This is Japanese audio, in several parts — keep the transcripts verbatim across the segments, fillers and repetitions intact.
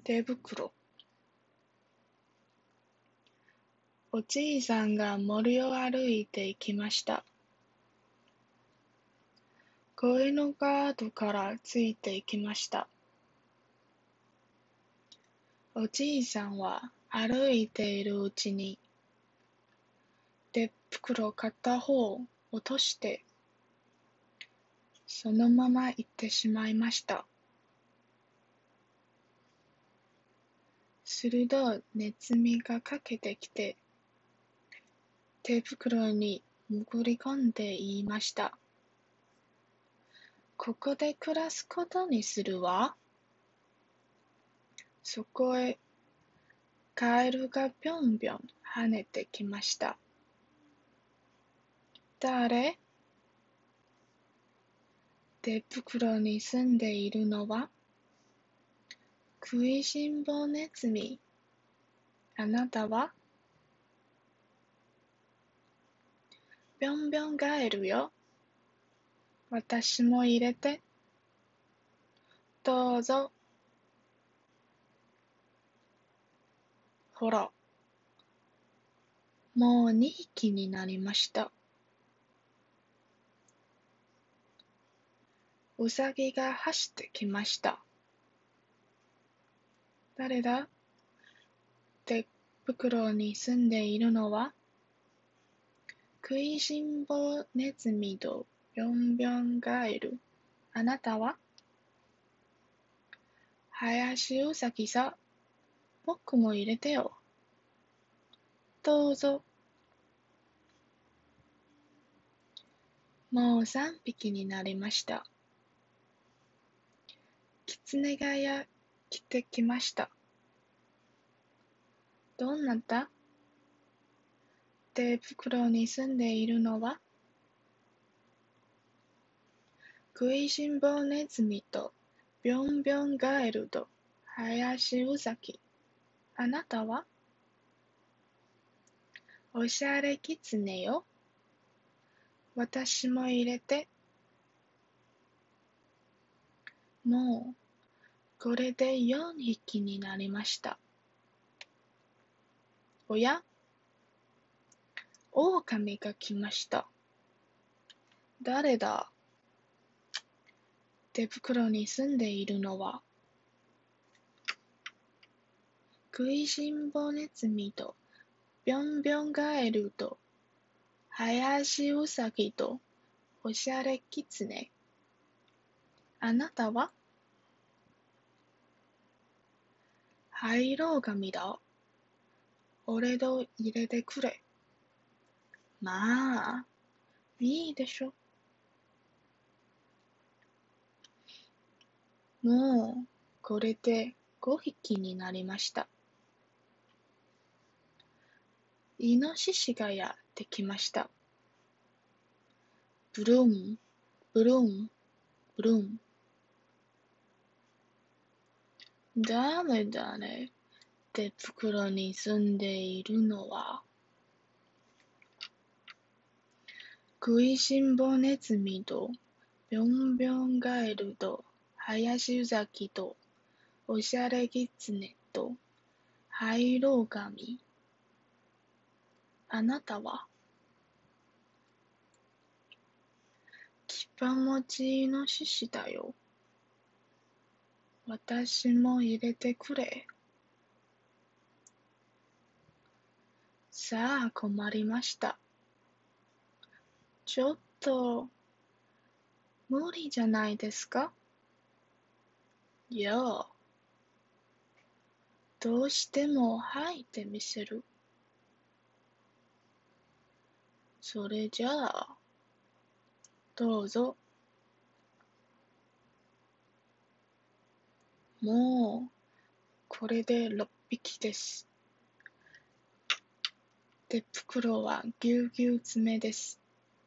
手袋。おじいさんが森を歩いていきました。子犬が後からついていきました。おじいさんは歩いているうちに、手袋片方を落として、そのまま行ってしまいました。するとネズミがかけてきて、手袋に潜り込んで言いました。ここで暮らすことにするわ。そこへカエルがぴょんぴょん跳ねてきました。誰？手袋に住んでいるのは食いしん坊ネズミ。あなたは？ぴょんぴょんガエルよ。私も入れて。どうぞ。ほら、もうにひきになりました。うさぎが走ってきました。誰だ？手袋に住んでいるのは食いしん坊ネズミとぴょんぴょんガエル。あなたは？林うさぎさ。僕も入れてよ。どうぞ。もう三匹になりました。狐がや来てきました。どうなった？手袋に住んでいるのは食いしん坊ネズミとぴょんぴょんガエルと林うさぎ。あなたは？おしゃれキツネよ。私も入れて。もうこれでよんひきになりました。おや？狼が来ました。誰だ？手袋に住んでいるのは食いしん坊ネズミとぴょんぴょんガエルと林うさぎとおしゃれキツネ。あなたは？灰色髪だ。俺と入れてくれ。まあ、いいでしょ。もう、これでごひきになりました。イノシシがやってきました。ブルン、ブルン、ブルン。だめだね。手袋に住んでいるのは食いしん坊ネズミとぴょんぴょんガエルと林うさぎとおしゃれキツネと灰色髪。あなたは？キパモチイノシシだよ。私も入れてくれ。さあ困りました。ちょっと無理じゃないですか？よう、どうしても吐いてみせる。それじゃあ、どうぞ。もう、これでろっぴきです。手袋はぎゅうぎゅう詰めです。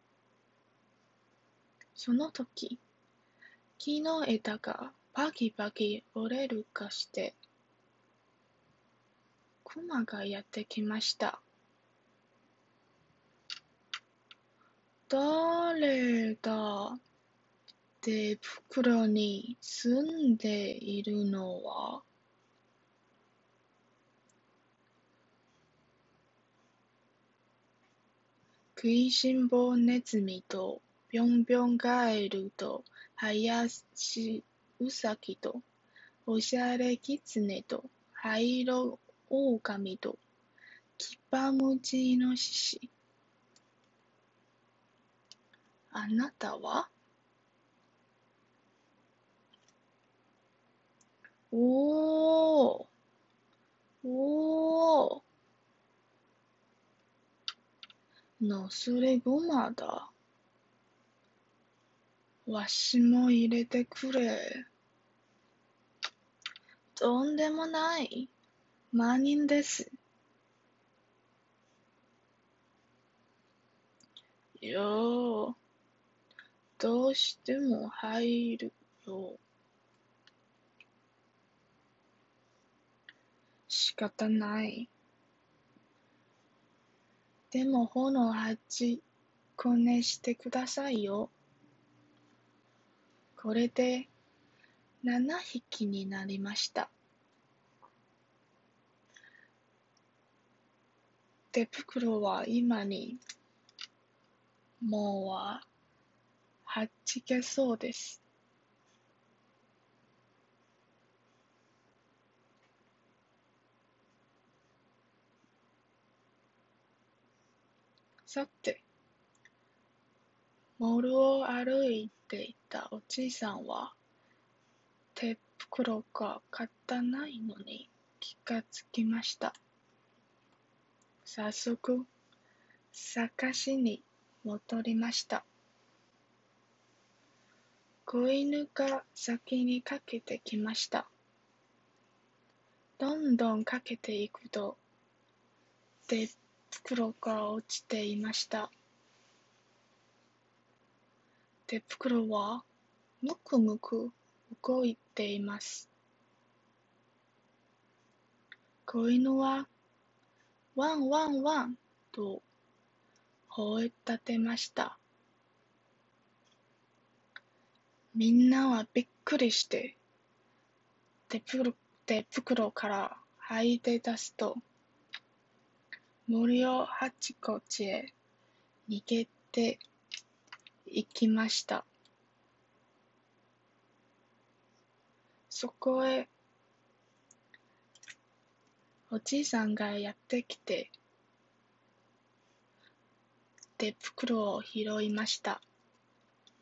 その時、木の枝がパキパキ折れるかして、クマがやってきました。誰だ？手袋に住んでいるのは食いしん坊ネズミとぴょんぴょんガエルとハヤシウサギとおしゃれキツネと灰色オオカミとキパムチイノシシ。あなたは？おーおーのすれごまだ。わしも入れてくれ。とんでもない。満員です。よー、どうしても入るよ。仕方ない。でも炎はちこねしてくださいよ。これでななひきになりました。手袋は今にもうははちけそうです。さて、モールを歩いていたおじいさんは手袋が買ったないのに気がつきました。早速、探しに戻りました。子犬が先にかけてきました。どんどんかけていくと、手袋が落ちていました。手袋はむくむく動いています。子犬はワンワンワンと吠え立てました。みんなはびっくりして手袋手袋から這い出すと、森をあちこちへ逃げて行きました。そこへおじいさんがやってきて手袋を拾いました。